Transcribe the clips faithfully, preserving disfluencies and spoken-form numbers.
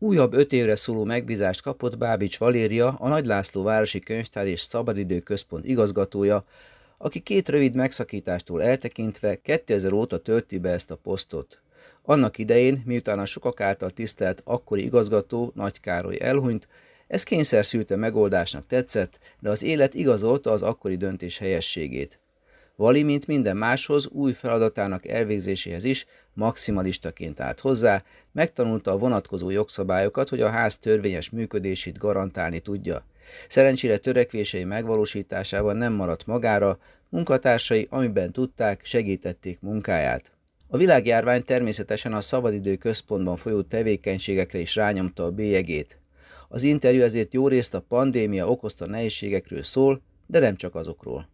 Újabb öt évre szóló megbízást kapott Bábics Valéria, a Nagy László Városi Könyvtár és Szabadidő Központ igazgatója, aki két rövid megszakítástól eltekintve kétezer óta tölti be ezt a posztot. Annak idején, miután a sokak által tisztelt akkori igazgató Nagy Károly elhunyt, ez kényszer szülte megoldásnak tetszett, de az élet igazolta az akkori döntés helyességét. Vali, mint minden máshoz, új feladatának elvégzéséhez is maximalistaként állt hozzá, megtanulta a vonatkozó jogszabályokat, hogy a ház törvényes működését garantálni tudja. Szerencsére törekvései megvalósításában nem maradt magára, munkatársai, amiben tudták, segítették munkáját. A világjárvány természetesen a Szabadidő Központban folyó tevékenységekre is rányomta a bélyegét. Az interjú ezért jórészt a pandémia okozta nehézségekről szól, de nem csak azokról.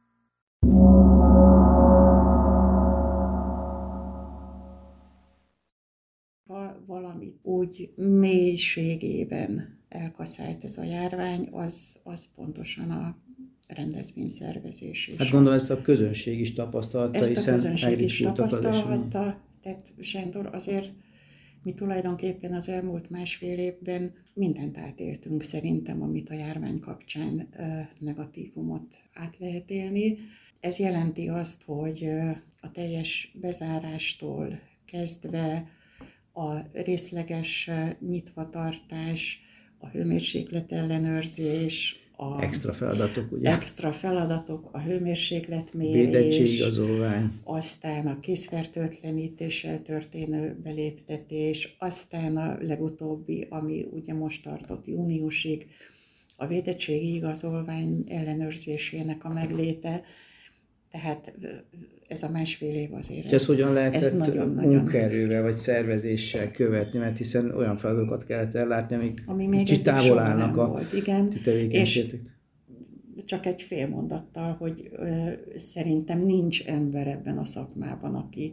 Ha valamit úgy mélységében elkaszált ez a járvány, az, az pontosan a rendezvényszervezés is. Hát gondolom ezt a közönség is tapasztalta, ezt a hiszen közönség is tapasztalhatta. Az tehát Sándor, azért mi tulajdonképpen az elmúlt másfél évben mindent átéltünk szerintem, amit a járvány kapcsán negatívumot át lehet élni. Ez jelenti azt, hogy a teljes bezárástól kezdve a részleges nyitvatartás, a hőmérséklet ellenőrzés, a extra feladatok, ugye? Extra feladatok, a hőmérsékletmérés, védettségigazolvány, aztán a készfertőtlenítéssel történő beléptetés, aztán a legutóbbi, ami ugye most tartott júniusig, a védettségi igazolvány ellenőrzésének a megléte. Tehát ez a másfél év azért. Ez, ez hogyan lehetett nagyon, munkaerővel vagy szervezéssel követni, mert hiszen olyan feladatokat kellett ellátni, amik ami még kicsit távol állnak a volt, igen. És csak egy fél mondattal, hogy ö, szerintem nincs ember ebben a szakmában, aki,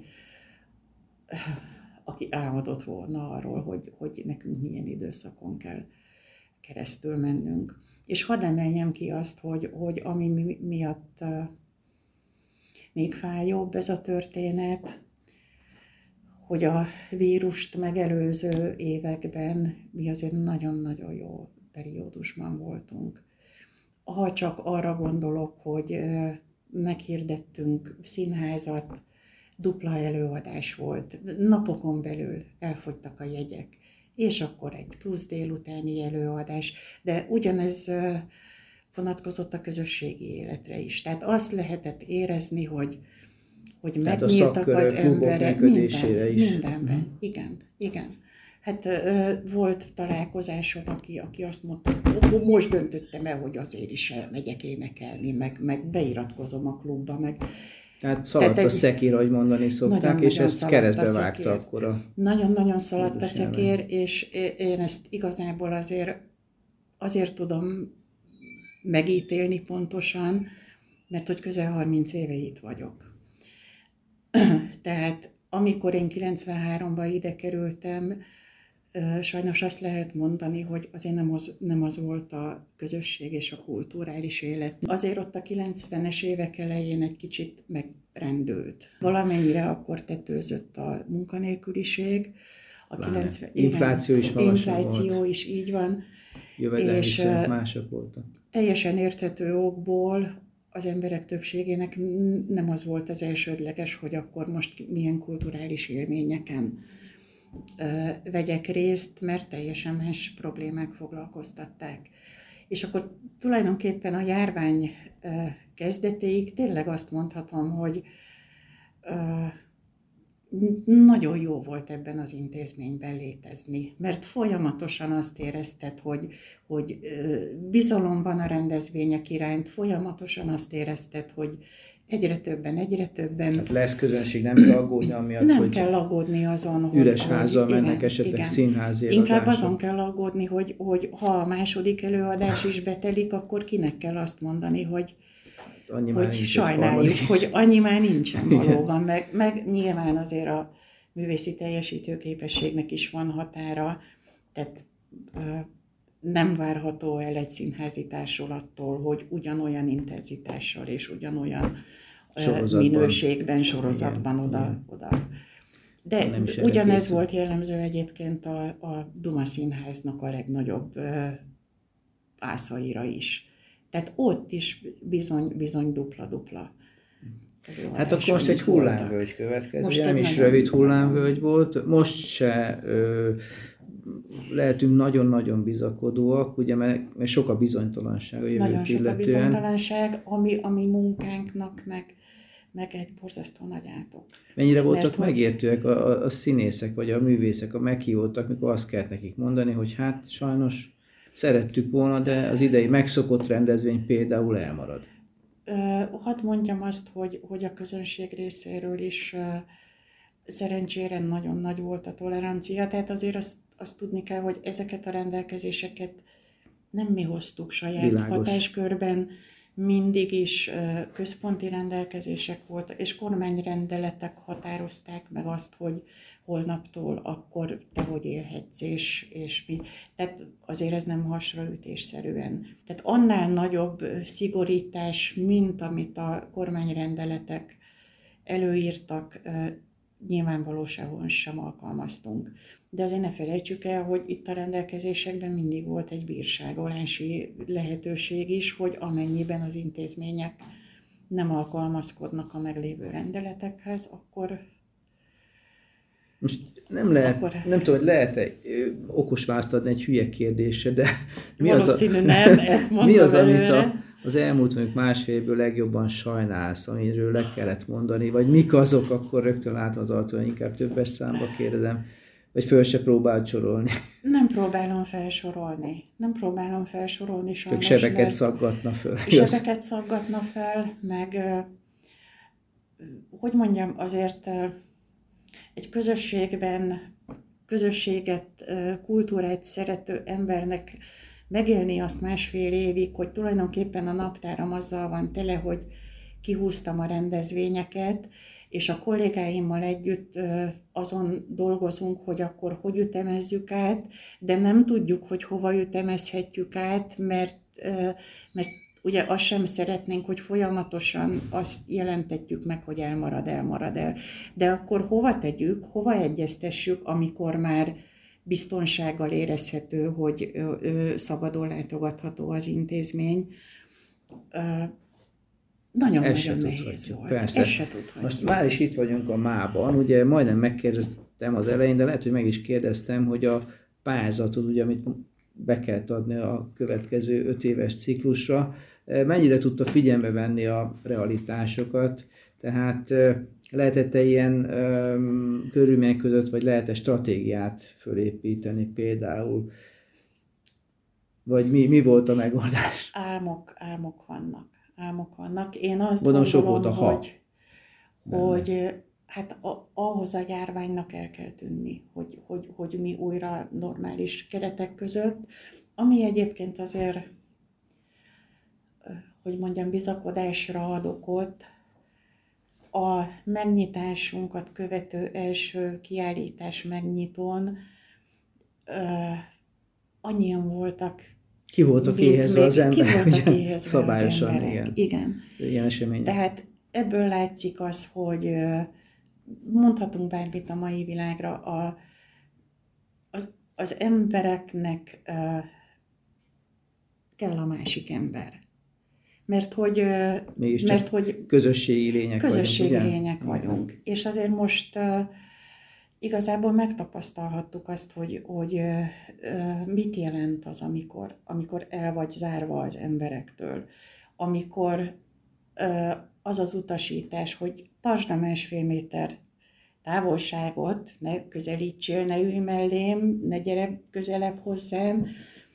aki álmodott volna arról, hogy, hogy nekünk milyen időszakon kell keresztül mennünk. És hadd emeljem ki azt, hogy, hogy ami mi, miatt még fájóbb ez a történet, hogy a vírust megelőző években mi azért nagyon-nagyon jó periódusban voltunk. Ha csak arra gondolok, hogy meghirdettünk színházat, dupla előadás volt, napokon belül elfogytak a jegyek, és akkor egy plusz délutáni előadás, de ugyanez vonatkozott a közösségi életre is. Tehát azt lehetett érezni, hogy, hogy megnyíltak az emberek minden, is. mindenben. Igen, igen. Hát volt találkozásom, aki, aki azt mondta, hogy most döntöttem el, hogy azért is elmegyek énekelni, meg, meg beiratkozom a klubba, meg... Tehát szaladt Tehát a szekér, ahogy mondani szokták, nagyon, és ezt keresztbe vágta akkor a... Nagyon-nagyon szaladt a szekér, és én ezt igazából azért, azért tudom megítélni pontosan, mert hogy közel harminc éve itt vagyok. Tehát amikor én kilencvenháromban ide kerültem, sajnos azt lehet mondani, hogy azért nem az, nem az volt a közösség és a kulturális élet. Azért ott a kilencvenes évek elején egy kicsit megrendült. Valamennyire akkor tetőzött a munkanélküliség. A kilencven, infláció is magasabb Infláció volt. is, így van. Jövedelmi szintek mások voltak. Teljesen érthető okból az emberek többségének nem az volt az elsődleges, hogy akkor most milyen kulturális élményeken vegyek részt, mert teljesen más problémák foglalkoztatták. És akkor tulajdonképpen a járvány kezdetéig tényleg azt mondhatom, hogy nagyon jó volt ebben az intézményben létezni, mert folyamatosan azt érezted, hogy, hogy bizalom van a rendezvények iránt, folyamatosan azt érezted, hogy egyre többen, egyre többen. Hát lesz közönség, nem kell aggódni amiatt, nem hogy kell aggódni azon, hogy... üres házzal hogy, mennek igen, esetleg igen. színházi Inkább azon kell aggódni, hogy, hogy ha a második előadás is betelik, akkor kinek kell azt mondani, hogy, annyi hogy sajnáljuk, hogy annyi már nincsen valóban. Meg, meg nyilván azért a művészi teljesítőképességnek is van határa, tehát nem várható el egy színházi társulattól, hogy ugyanolyan intenzitással és ugyanolyan sorozatban. minőségben, sorozatban igen, oda, igen. oda De nem ugyanez volt jellemző egyébként a, a Duma Színháznak a legnagyobb uh, ászaira is. Tehát ott is bizony, bizony dupla-dupla. Hát akkor most egy hullámvölgy következik, most nem is rövid hullámvölgy volt, most se ö, lehetünk nagyon-nagyon bizakodóak, ugye, mert, mert sok a bizonytalanság a jövőt nagyon illetően. Nagyon sok a bizonytalanság, ami, ami munkánknak meg, meg egy borzasztó nagy átok. Mennyire voltak mert, megértőek a, a, a színészek, vagy a művészek, a meghívottak, mikor azt kellett nekik mondani, hogy hát sajnos szerettük volna, de az idei megszokott rendezvény például elmarad. Hadd mondjam azt, hogy, hogy a közönség részéről is szerencsére nagyon nagy volt a tolerancia, tehát azért azt, azt tudni kell, hogy ezeket a rendelkezéseket nem mi hoztuk saját Világos. hatáskörben, mindig is központi rendelkezések voltak, és kormányrendeletek határozták meg azt, hogy holnaptól akkor te hogy élhetsz, és, és mi. Tehát azért ez nem hasraütésszerűen. Tehát annál nagyobb szigorítás, mint amit a kormányrendeletek előírtak, nyilvánvalóságon sem alkalmaztunk. De azért ne felejtsük el, hogy itt a rendelkezésekben mindig volt egy bírságolási lehetőség is, hogy amennyiben az intézmények nem alkalmazkodnak a meglévő rendeletekhez, akkor... Most nem lehet, akkor... nem tudom, hogy lehet-e okos választ adni egy hülye kérdésre, de mi valószínű az a, nem, ezt mondom mi az, amit a, az elmúlt mondjuk másfél évből legjobban sajnálsz, amiről le kellett mondani, vagy mik azok, akkor rögtön látom az arcon, inkább többes számba kérdezem, vagy föl se próbáld sorolni. Nem próbálom felsorolni. Nem próbálom felsorolni sajnos. Csak sebeket szaggatna föl. Sebeket szaggatna fel, meg hogy mondjam, azért egy közösségben, közösséget, kultúrát szerető embernek megélni azt másfél évig, hogy tulajdonképpen a naptáram azzal van tele, hogy kihúztam a rendezvényeket, és a kollégáimmal együtt azon dolgozunk, hogy akkor hogy ütemezzük át, de nem tudjuk, hogy hova ütemezhetjük át, mert, mert ugye azt sem szeretnénk, hogy folyamatosan azt jelentetjük meg, hogy elmarad, elmarad el. De akkor hova tegyük, hova egyeztessük, amikor már biztonsággal érezhető, hogy szabadon látogatható az intézmény. Nagyon-nagyon nehéz volt. Persze. Ezt se tudhatjuk. Most már is itt vagyunk a mában, ugye majdnem megkérdeztem az elején, de lehet, hogy meg is kérdeztem, hogy a pályázatod, ugye, amit be kellett adni a következő öt éves ciklusra, mennyire tudta figyelembe venni a realitásokat, tehát lehetett-e ilyen um, körülmények között, vagy lehet-e stratégiát fölépíteni például, vagy mi, mi volt a megoldás? Álmok, álmok vannak. Álmok vannak. Én azt Mondom, gondolom, hogy, hogy hát a, ahhoz a járványnak el kell tűnni, hogy, hogy, hogy mi újra normális keretek között, ami egyébként azért, hogy mondjam, bizakodásra ad okot. A megnyitásunkat követő első kiállítás megnyitón annyian voltak. Ki voltak éhezve az emberek? Ki voltak éhezve szabályosan, az emberek, igen. igen. Ilyen események. Tehát ebből látszik az, hogy mondhatunk bármit a mai világra, a, az, az embereknek uh, kell a másik ember. Mert hogy, Mégis mert, hogy közösségi lények közösségi vagyunk. lények vagyunk. És azért most uh, igazából megtapasztalhattuk azt, hogy, hogy uh, mit jelent az, amikor, amikor el vagy zárva az emberektől. Amikor uh, az az utasítás, hogy tartsd a másfél méter távolságot, ne közelítsél, ne ülj mellém, ne gyere közelebb hozzám,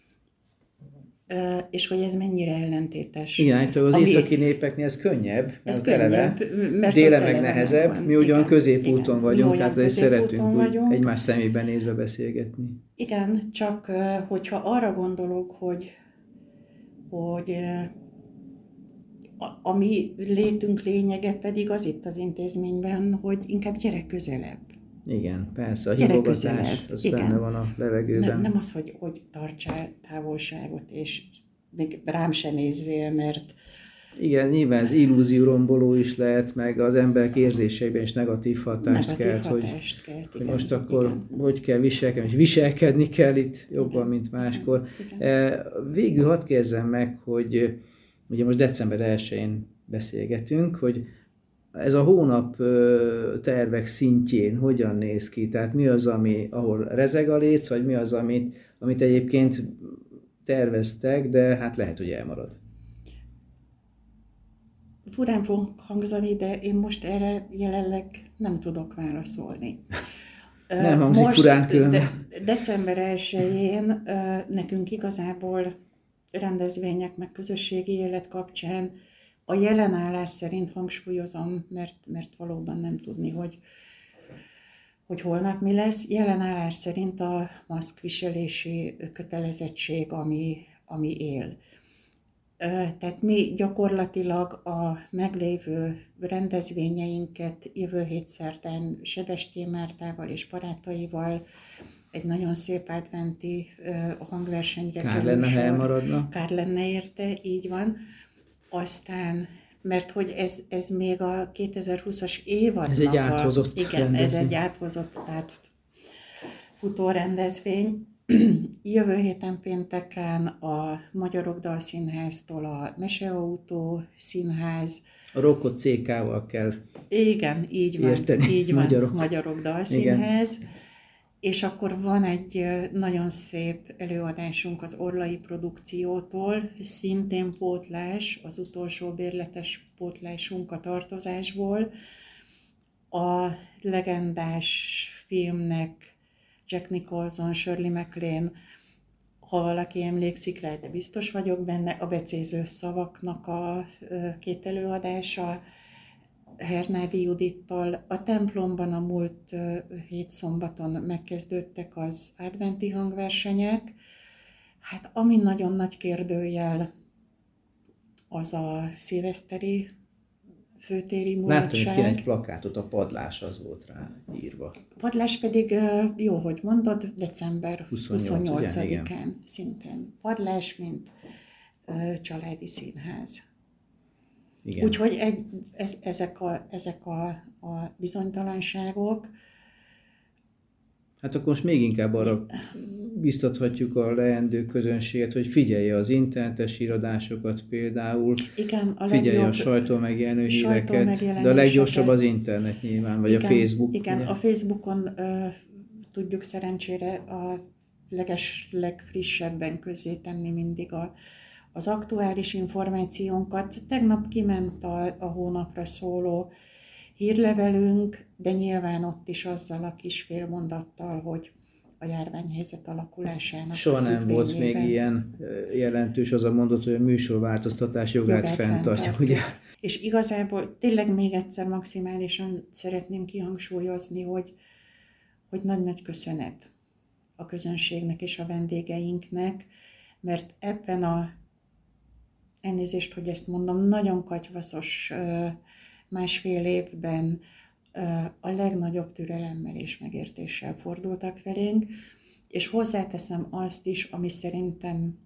Uh, és hogy ez mennyire ellentétes. Igen, hát az ami, északi népeknél ez könnyebb, mert ez könnyebb, mert délen meg nehezebb, van. Mi ugyan igen, középúton igen, vagyunk, tehát közép szeretünk vagyunk. egymás szemébe nézve beszélgetni. Igen, csak uh, hogyha arra gondolok, hogy, hogy uh, a, a mi létünk lényege pedig az itt az intézményben, hogy inkább gyere közelebb. Igen, persze, a hívogatás, az igen. benne van a levegőben. Nem, nem az, hogy, hogy tartsál távolságot, és még rám se nézzél, mert Igen, nyilván ez illúzióromboló is lehet, meg az emberek érzéseiben is negatív hatást negatív kelt, hatást hogy, kelt, hogy igen, most akkor igen. hogy kell viselkedni, és viselkedni kell itt jobban, Igen, mint máskor. igen, igen. Végül hadd kérdezzem meg, hogy ugye most december elsején beszélgetünk, hogy ez a hónap tervek szintjén hogyan néz ki? Tehát mi az, ami, ahol rezeg a léc, vagy mi az, amit, amit egyébként terveztek, de hát lehet, hogy elmarad? Furán fog hangzani, de én most erre jelenleg nem tudok válaszolni. Nem hangzik most, furán különben. De, december elsején nekünk igazából rendezvények, meg közösségi élet kapcsán a jelen állás szerint hangsúlyozom, mert, mert valóban nem tudni, hogy, hogy holnap mi lesz. Jelen állás szerint a maszkviselési kötelezettség, ami, ami él. Tehát mi gyakorlatilag a meglévő rendezvényeinket jövő hét szerdán Sebestyén Mártával és barátaival egy nagyon szép adventi hangversenyre Kár kerül lenne, sor. ha elmaradna. Kár lenne érte, így van. Aztán, mert hogy ez, ez még a kétezer-húszas évadnak ez egy áthozott a, igen, rendezvény. ez egy áthozott átfutó rendezvény. Jövő héten pénteken a Magyarok Dalszínháztól a Meseautó Színház. A rokkot cé ká-val kell Igen, így van. érteni. Így van. Magyarok. Magyarok Dalszínház. Igen. És akkor van egy nagyon szép előadásunk az Orlai Produkciótól, szintén pótlás, az utolsó bérletes pótlásunk a Tartozásból. A legendás filmnek Jack Nicholson, Shirley MacLaine, ha valaki emlékszik rá, de biztos vagyok benne, a becéző szavaknak a két előadása, Hernádi Judittal. A templomban a múlt hét szombaton megkezdődtek az adventi hangversenyek. Hát ami nagyon nagy kérdőjel, az a szilveszteri főtéri mulatság. Láttam itt egy plakátot, a padlás az volt rá írva. Padlás pedig, jó, hogy mondod, december huszonnyolcadikán huszonnyolc, szintén. Padlás, mint családi színház. Igen. Úgyhogy egy, ez, ezek, a, ezek a, a bizonytalanságok. Hát akkor most még inkább arra biztathatjuk a leendő közönséget, hogy figyelje az internetes íradásokat például, Igen, a figyelje legjobb a sajtómegjelenő híreket, de a leggyorsabb az internet nyilván, vagy igen, a Facebook. Igen, ugye? a Facebookon uh, tudjuk szerencsére a leges, legfrissebben közzé tenni mindig a, az aktuális információnkat. Tegnap kiment a, a hónapra szóló hírlevelünk, de nyilván ott is azzal a kis félmondattal, hogy a járványhelyzet alakulásának Soha nem volt még ilyen jelentős az a mondat, hogy a műsorváltoztatás jogát, jogát fenntartja. Ugye? És igazából tényleg még egyszer maximálisan szeretném kihangsúlyozni, hogy, hogy nagy-nagy köszönet a közönségnek és a vendégeinknek, mert ebben a, elnézést, hogy ezt mondom, nagyon katyvaszos másfél évben a legnagyobb türelemmel és megértéssel fordultak felénk, és hozzáteszem azt is, ami szerintem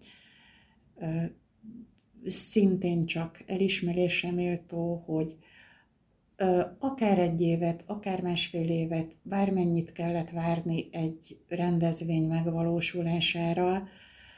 szintén csak elismerésre méltó, hogy akár egy évet, akár másfél évet, bármennyit kellett várni egy rendezvény megvalósulására,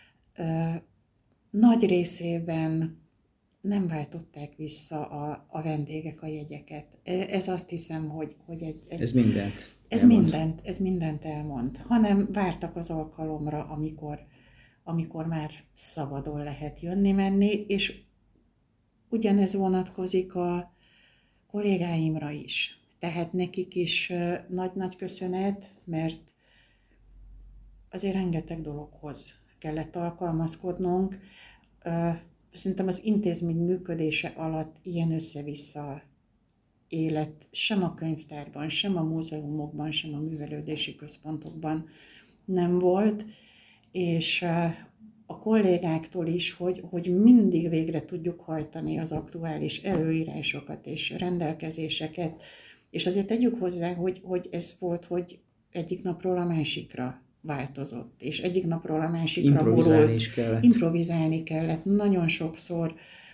nagy részében nem váltották vissza a, a vendégek a jegyeket. Ez azt hiszem, hogy, hogy egy, egy... Ez mindent Ez elmond. mindent, ez mindent elmond. Hanem vártak az alkalomra, amikor, amikor már szabadon lehet jönni-menni, és ugyanez vonatkozik a kollégáimra is. Tehát nekik is nagy-nagy köszönet, mert azért rengeteg dologhoz kellett alkalmazkodnunk. Szerintem az intézmény működése alatt ilyen össze-vissza élet sem a könyvtárban, sem a múzeumokban, sem a művelődési központokban nem volt, és a kollégáktól is, hogy, hogy mindig végre tudjuk hajtani az aktuális előírásokat és rendelkezéseket, és azért tegyük hozzá, hogy, hogy ez volt, hogy egyik napról a másikra változott, és egyik napról a másikra improvizálni borult. is kellett. Improvizálni kellett nagyon sokszor.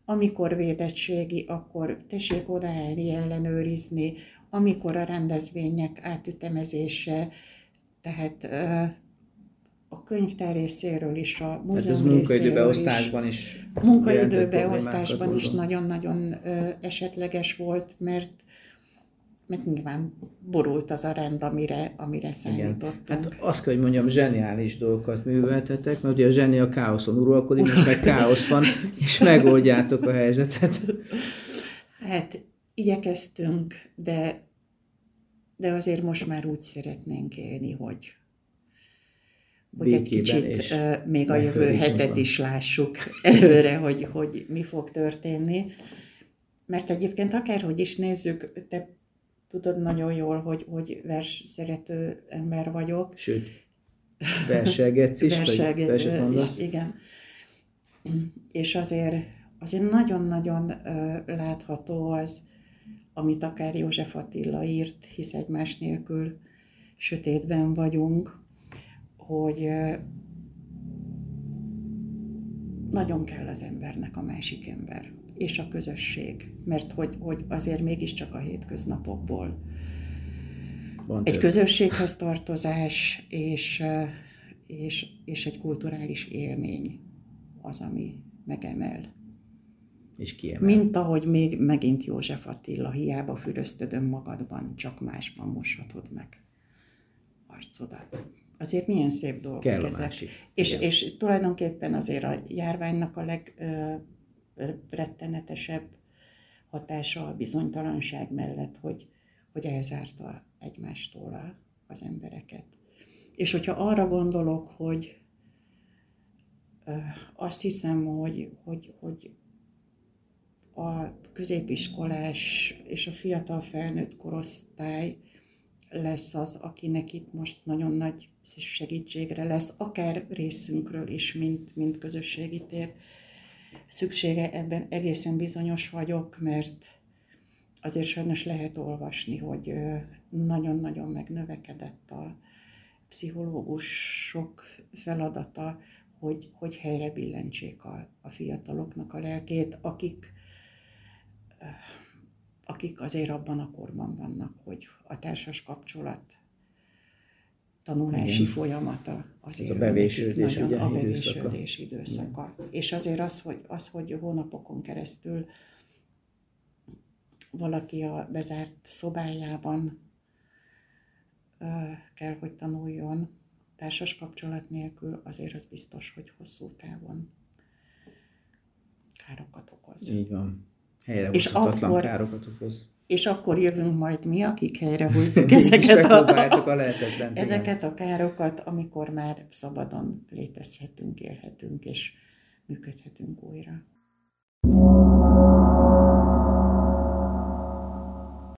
amikor védettségi, akkor tessék odaállni, ellenőrizni, amikor a rendezvények átütemezése, tehát a könyvtár részéről is, a múzeum hát munkaidőbeosztásban is. Munkaidőbeosztásban is nagyon-nagyon esetleges volt, mert, mert nyilván borult az a rend, amire, amire számítottunk. Hát azt kell, hogy mondjam, zseniális dolgokat műveltetek, mert ugye a zseni a káoszon uralkodik, most meg káosz van, és megoldjátok a helyzetet. Hát igyekeztünk, de, de azért most már úgy szeretnénk élni, hogy hogy egy kicsit uh, még a jövő hetet is lássuk előre, hogy, hogy mi fog történni. Mert egyébként akárhogy is nézzük, te tudod nagyon jól, hogy, hogy vers szerető ember vagyok. Sőt, verselgetsz is, Verselget, vagy verset mondasz? Igen. És azért, azért nagyon-nagyon uh, látható az, amit akár József Attila írt, hisz egymás nélkül sötétben vagyunk, hogy nagyon kell az embernek a másik ember, és a közösség, mert hogy, hogy azért mégiscsak a hétköznapokból Van egy közösséghez tartozás, és, és, és egy kulturális élmény az, ami megemel. És kiemel. Mint ahogy még megint József Attila, hiába füröztöd magadban, csak másban moshatod meg arcodat. Azért milyen szép dolgok kell ezek. És, és tulajdonképpen azért a járványnak a legrettenetesebb hatása a bizonytalanság mellett, hogy, hogy elzárta egymástól a, az embereket. És hogyha arra gondolok, hogy ö, azt hiszem, hogy, hogy, hogy a középiskolás és a fiatal felnőtt korosztály lesz az, akinek itt most nagyon nagy segítségre lesz, akár részünkről is, mint, mint közösségi tér szüksége, ebben egészen bizonyos vagyok, mert azért sajnos lehet olvasni, hogy nagyon-nagyon megnövekedett a pszichológusok feladata, hogy, hogy helyre billentsék a, a fiataloknak a lelkét, akik akik azért abban a korban vannak, hogy a társas kapcsolat tanulási Igen. folyamata azért a bevésődés, nagyon ugye, a bevésődés időszaka. időszaka. És azért az hogy, az, hogy hónapokon keresztül valaki a bezárt szobájában uh, kell, hogy tanuljon társas kapcsolat nélkül, azért az biztos, hogy hosszú távon károkat okoz. Így van. Helyrehozhatatlan károkat okoz. És akkor jövünk majd mi, akik helyrehozzuk ezeket, a, a lehetetlen, ezeket a károkat, amikor már szabadon létezhetünk, élhetünk és működhetünk újra.